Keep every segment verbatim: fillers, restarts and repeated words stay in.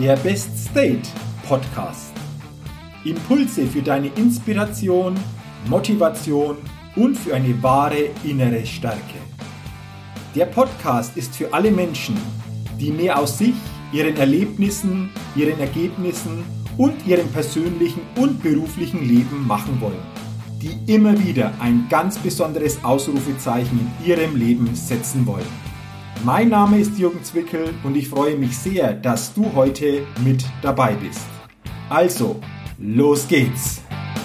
der Best State Podcast. Impulse für deine Inspiration, Motivation und für eine wahre innere Stärke. Der Podcast ist für alle Menschen, die mehr aus sich, ihren Erlebnissen, ihren Ergebnissen und ihrem persönlichen und beruflichen Leben machen wollen, die immer wieder ein ganz besonderes Ausrufezeichen in ihrem Leben setzen wollen. Mein Name ist Jürgen Zwickel und ich freue mich sehr, dass du heute mit dabei bist. Also, los geht's!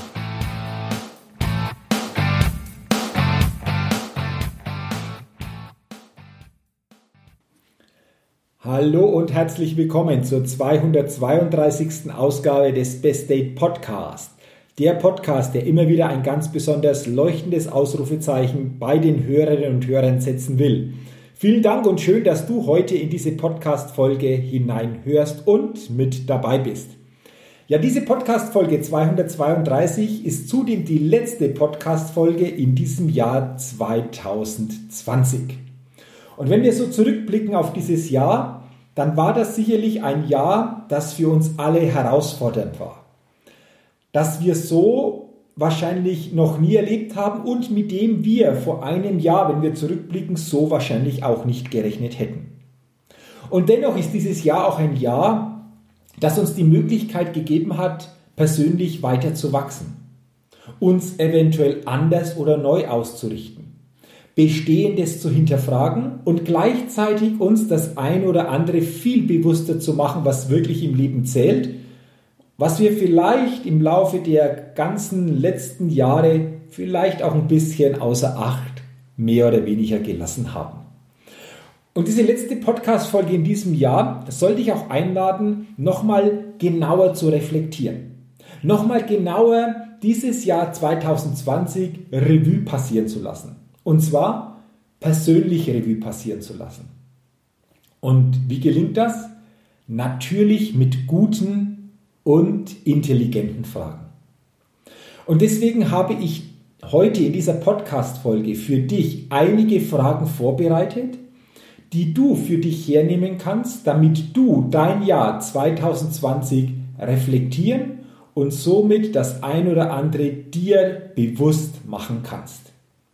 Hallo und herzlich willkommen zur zweihundertzweiunddreißigsten Ausgabe des Best State Podcast. Der Podcast, der immer wieder ein ganz besonders leuchtendes Ausrufezeichen bei den Hörerinnen und Hörern setzen will. Vielen Dank und schön, dass du heute in diese Podcast-Folge hineinhörst und mit dabei bist. Ja, diese Podcast-Folge zweihundertzweiunddreißig ist zudem die letzte Podcast-Folge in diesem Jahr zweitausendzwanzig. Und wenn wir so zurückblicken auf dieses Jahr, dann war das sicherlich ein Jahr, das für uns alle herausfordernd war. Das wir so wahrscheinlich noch nie erlebt haben und mit dem wir vor einem Jahr, wenn wir zurückblicken, so wahrscheinlich auch nicht gerechnet hätten. Und dennoch ist dieses Jahr auch ein Jahr, das uns die Möglichkeit gegeben hat, persönlich weiter zu wachsen, uns eventuell anders oder neu auszurichten, Bestehendes zu hinterfragen und gleichzeitig uns das ein oder andere viel bewusster zu machen, was wirklich im Leben zählt, was wir vielleicht im Laufe der ganzen letzten Jahre vielleicht auch ein bisschen außer Acht mehr oder weniger gelassen haben. Und diese letzte Podcast-Folge in diesem Jahr soll dich auch einladen, nochmal genauer zu reflektieren. Nochmal genauer dieses Jahr zweitausendzwanzig Revue passieren zu lassen. Und zwar persönlich Revue passieren zu lassen. Und wie gelingt das? Natürlich mit guten und intelligenten Fragen. Und deswegen habe ich heute in dieser Podcast-Folge für dich einige Fragen vorbereitet, die du für dich hernehmen kannst, damit du dein Jahr zweitausendzwanzig reflektieren und somit das ein oder andere dir bewusst machen kannst.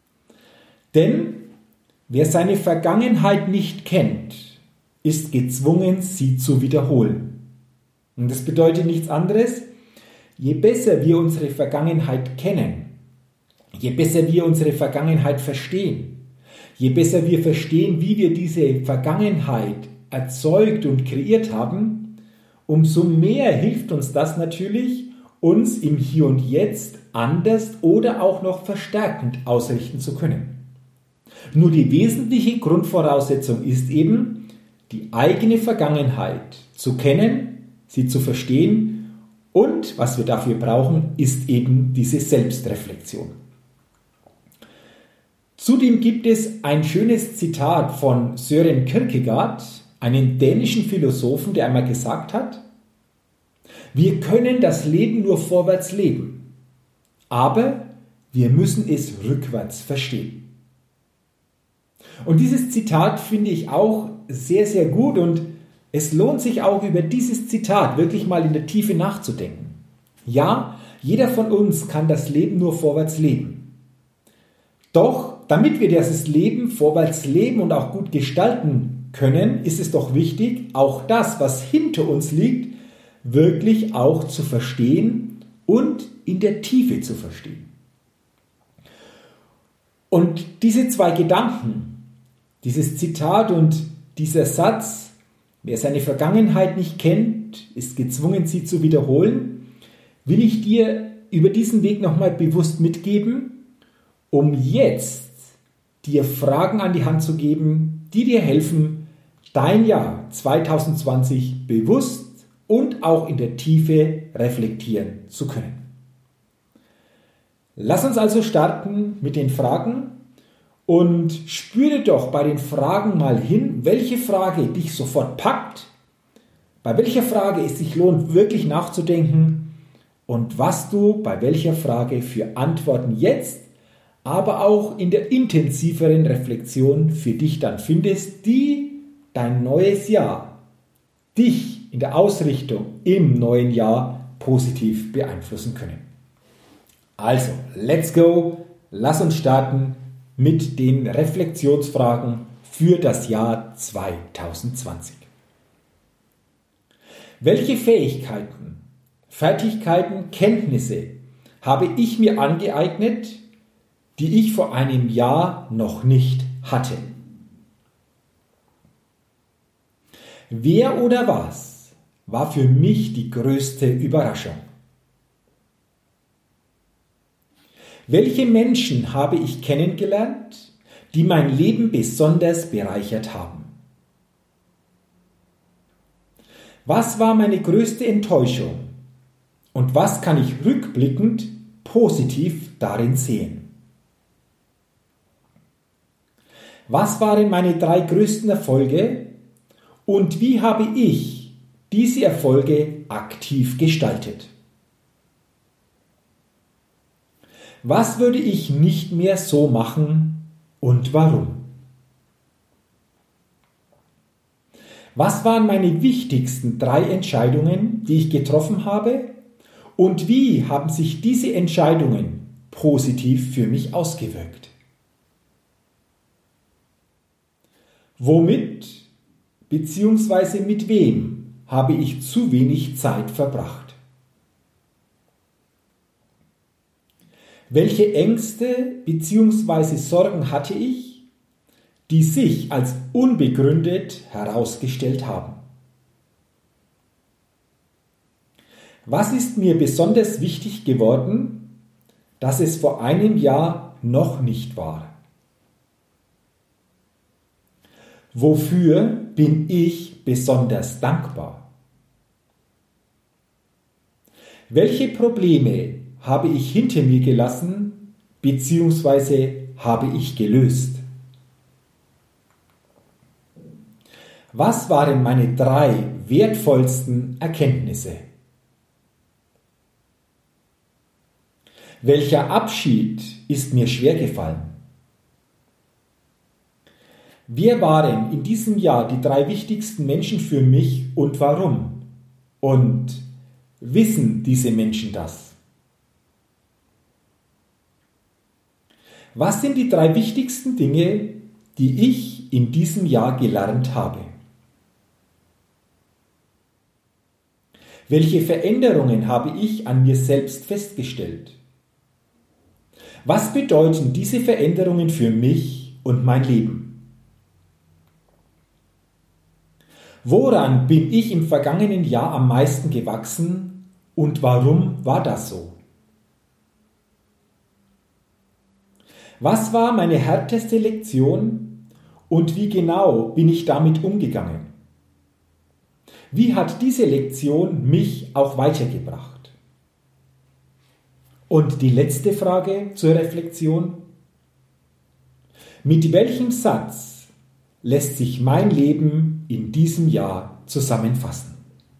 Denn wer seine Vergangenheit nicht kennt, ist gezwungen, sie zu wiederholen. Und das bedeutet nichts anderes, je besser wir unsere Vergangenheit kennen, je besser wir unsere Vergangenheit verstehen, je besser wir verstehen, wie wir diese Vergangenheit erzeugt und kreiert haben, umso mehr hilft uns das natürlich, uns im Hier und Jetzt anders oder auch noch verstärkend ausrichten zu können. Nur die wesentliche Grundvoraussetzung ist eben, die eigene Vergangenheit zu kennen, sie zu verstehen und was wir dafür brauchen, ist eben diese Selbstreflexion. Zudem gibt es ein schönes Zitat von Søren Kierkegaard, einem dänischen Philosophen, der einmal gesagt hat: Wir können das Leben nur vorwärts leben, aber wir müssen es rückwärts verstehen. Und dieses Zitat finde ich auch sehr, sehr gut und es lohnt sich auch, über dieses Zitat wirklich mal in der Tiefe nachzudenken. Ja, jeder von uns kann das Leben nur vorwärts leben. Doch, damit wir dieses Leben vorwärts leben und auch gut gestalten können, ist es doch wichtig, auch das, was hinter uns liegt, wirklich auch zu verstehen und in der Tiefe zu verstehen. Und diese zwei Gedanken, dieses Zitat und dieser Satz, wer seine Vergangenheit nicht kennt, ist gezwungen, sie zu wiederholen, will ich dir über diesen Weg nochmal bewusst mitgeben, um jetzt dir Fragen an die Hand zu geben, die dir helfen, dein Jahr zweitausendzwanzig bewusst und auch in der Tiefe reflektieren zu können. Lass uns also starten mit den Fragen. Und spüre doch bei den Fragen mal hin, welche Frage dich sofort packt, bei welcher Frage es sich lohnt, wirklich nachzudenken und was du bei welcher Frage für Antworten jetzt, aber auch in der intensiveren Reflexion für dich dann findest, die dein neues Jahr, dich in der Ausrichtung im neuen Jahr positiv beeinflussen können. Also, let's go, lass uns starten mit den Reflexionsfragen für das Jahr zwanzig zwanzig. Welche Fähigkeiten, Fertigkeiten, Kenntnisse habe ich mir angeeignet, die ich vor einem Jahr noch nicht hatte? Wer oder was war für mich die größte Überraschung? Welche Menschen habe ich kennengelernt, die mein Leben besonders bereichert haben? Was war meine größte Enttäuschung und was kann ich rückblickend positiv darin sehen? Was waren meine drei größten Erfolge und wie habe ich diese Erfolge aktiv gestaltet? Was würde ich nicht mehr so machen und warum? Was waren meine wichtigsten drei Entscheidungen, die ich getroffen habe und wie haben sich diese Entscheidungen positiv für mich ausgewirkt? Womit bzw. mit wem habe ich zu wenig Zeit verbracht? Welche Ängste bzw. Sorgen hatte ich, die sich als unbegründet herausgestellt haben? Was ist mir besonders wichtig geworden, dass es vor einem Jahr noch nicht war? Wofür bin ich besonders dankbar? Welche Probleme habe ich hinter mir gelassen bzw. habe ich gelöst? Was waren meine drei wertvollsten Erkenntnisse? Welcher Abschied ist mir schwer gefallen? Wer waren in diesem Jahr die drei wichtigsten Menschen für mich und warum? Und wissen diese Menschen das? Was sind die drei wichtigsten Dinge, die ich in diesem Jahr gelernt habe? Welche Veränderungen habe ich an mir selbst festgestellt? Was bedeuten diese Veränderungen für mich und mein Leben? Woran bin ich im vergangenen Jahr am meisten gewachsen und warum war das so? Was war meine härteste Lektion und wie genau bin ich damit umgegangen? Wie hat diese Lektion mich auch weitergebracht? Und die letzte Frage zur Reflexion: Mit welchem Satz lässt sich mein Leben in diesem Jahr zusammenfassen?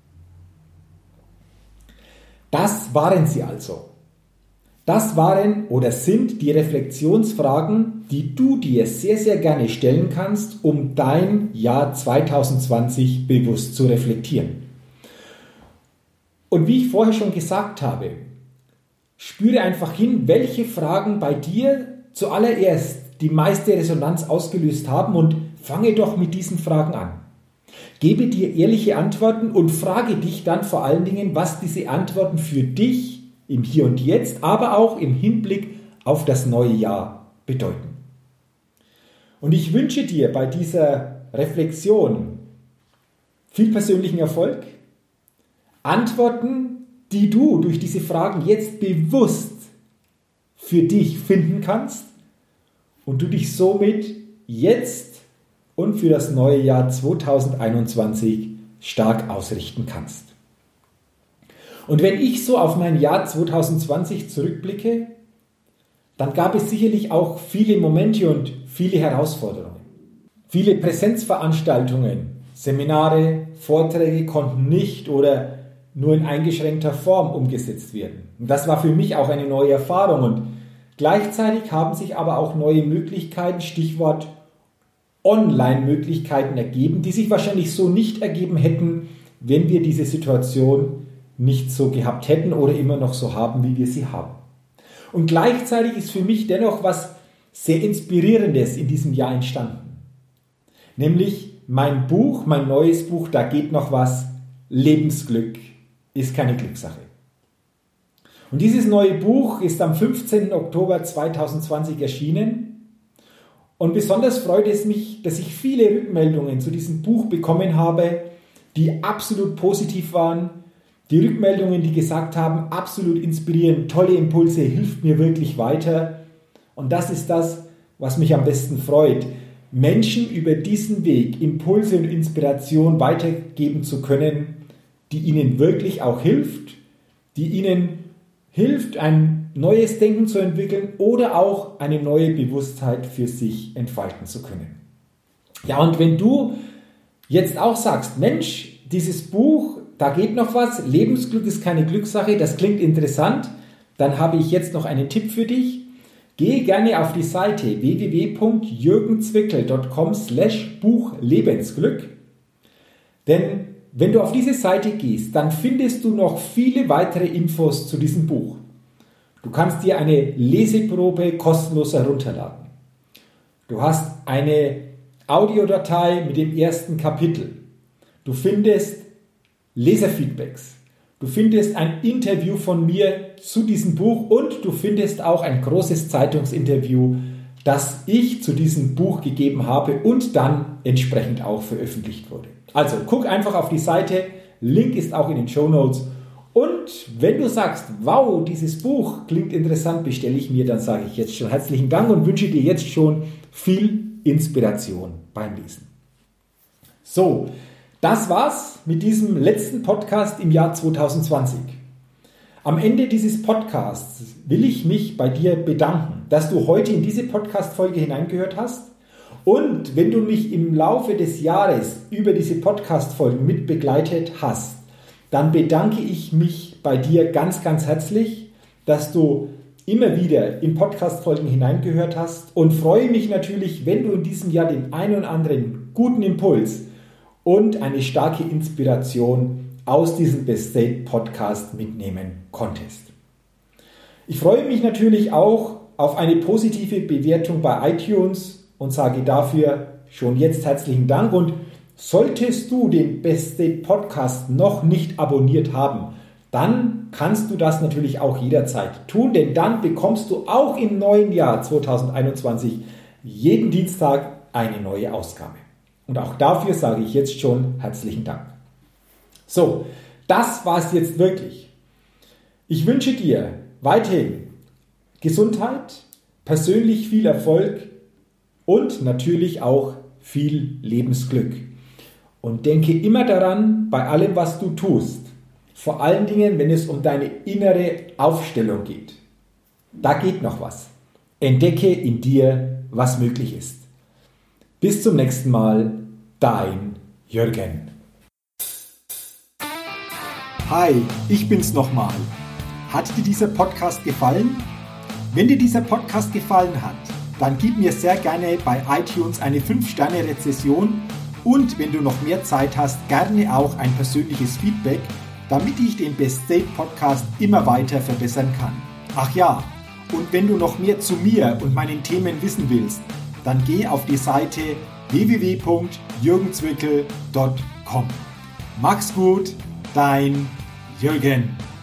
Das waren sie also. Das waren oder sind die Reflexionsfragen, die du dir sehr, sehr gerne stellen kannst, um dein Jahr zwanzig zwanzig bewusst zu reflektieren. Und wie ich vorher schon gesagt habe, spüre einfach hin, welche Fragen bei dir zuallererst die meiste Resonanz ausgelöst haben und fange doch mit diesen Fragen an. Gebe dir ehrliche Antworten und frage dich dann vor allen Dingen, was diese Antworten für dich im Hier und Jetzt, aber auch im Hinblick auf das neue Jahr bedeuten. Und ich wünsche dir bei dieser Reflexion viel persönlichen Erfolg, Antworten, die du durch diese Fragen jetzt bewusst für dich finden kannst und du dich somit jetzt und für das neue Jahr zwanzig einundzwanzig stark ausrichten kannst. Und wenn ich so auf mein Jahr zwanzig zwanzig zurückblicke, dann gab es sicherlich auch viele Momente und viele Herausforderungen. Viele Präsenzveranstaltungen, Seminare, Vorträge konnten nicht oder nur in eingeschränkter Form umgesetzt werden. Und das war für mich auch eine neue Erfahrung. Und gleichzeitig haben sich aber auch neue Möglichkeiten, Stichwort Online-Möglichkeiten ergeben, die sich wahrscheinlich so nicht ergeben hätten, wenn wir diese Situation nicht so gehabt hätten oder immer noch so haben, wie wir sie haben. Und gleichzeitig ist für mich dennoch was sehr Inspirierendes in diesem Jahr entstanden. Nämlich mein Buch, mein neues Buch, da geht noch was, Lebensglück ist keine Glückssache. Und dieses neue Buch ist am fünfzehnten Oktober zweitausendzwanzig erschienen. Und besonders freut es mich, dass ich viele Rückmeldungen zu diesem Buch bekommen habe, die absolut positiv waren. Die Rückmeldungen, die gesagt haben, absolut inspirierend, tolle Impulse, hilft mir wirklich weiter. Und das ist das, was mich am besten freut, Menschen über diesen Weg Impulse und Inspiration weitergeben zu können, die ihnen wirklich auch hilft, die ihnen hilft, ein neues Denken zu entwickeln oder auch eine neue Bewusstheit für sich entfalten zu können. Ja, und wenn du jetzt auch sagst, Mensch, dieses Buch, da geht noch was, Lebensglück ist keine Glückssache, das klingt interessant, dann habe ich jetzt noch einen Tipp für dich. Geh gerne auf die Seite w w w punkt jürgen zwickel punkt com slash Buch Lebensglück, denn wenn du auf diese Seite gehst, dann findest du noch viele weitere Infos zu diesem Buch. Du kannst dir eine Leseprobe kostenlos herunterladen. Du hast eine Audiodatei mit dem ersten Kapitel. Du findest Leserfeedbacks. Du findest ein Interview von mir zu diesem Buch und du findest auch ein großes Zeitungsinterview, das ich zu diesem Buch gegeben habe und dann entsprechend auch veröffentlicht wurde. Also guck einfach auf die Seite, Link ist auch in den Shownotes. Und wenn du sagst, wow, dieses Buch klingt interessant, bestelle ich mir, dann sage ich jetzt schon herzlichen Dank und wünsche dir jetzt schon viel Inspiration beim Lesen. So, das war's mit diesem letzten Podcast im Jahr zweitausendzwanzig. Am Ende dieses Podcasts will ich mich bei dir bedanken, dass du heute in diese Podcast-Folge hineingehört hast. Und wenn du mich im Laufe des Jahres über diese Podcast-Folgen mit begleitet hast, dann bedanke ich mich bei dir ganz, ganz herzlich, dass du immer wieder in Podcast-Folgen hineingehört hast und freue mich natürlich, wenn du in diesem Jahr den einen oder anderen guten Impuls und eine starke Inspiration aus diesem Best State Podcast mitnehmen konntest. Ich freue mich natürlich auch auf eine positive Bewertung bei iTunes und sage dafür schon jetzt herzlichen Dank. Und solltest du den Best State Podcast noch nicht abonniert haben, dann kannst du das natürlich auch jederzeit tun, denn dann bekommst du auch im neuen Jahr zweitausendeinundzwanzig jeden Dienstag eine neue Ausgabe. Und auch dafür sage ich jetzt schon herzlichen Dank. So, das war es jetzt wirklich. Ich wünsche dir weiterhin Gesundheit, persönlich viel Erfolg und natürlich auch viel Lebensglück. Und denke immer daran, bei allem, was du tust, vor allen Dingen, wenn es um deine innere Aufstellung geht, da geht noch was. Entdecke in dir, was möglich ist. Bis zum nächsten Mal, dein Jürgen. Hi, ich bin's nochmal. Hat dir dieser Podcast gefallen? Wenn dir dieser Podcast gefallen hat, dann gib mir sehr gerne bei iTunes eine fünf Sterne Rezession und wenn du noch mehr Zeit hast, gerne auch ein persönliches Feedback, damit ich den Best State Podcast immer weiter verbessern kann. Ach ja, und wenn du noch mehr zu mir und meinen Themen wissen willst, dann geh auf die Seite w w w punkt jürgen zwickel punkt com. Mach's gut, dein Jürgen.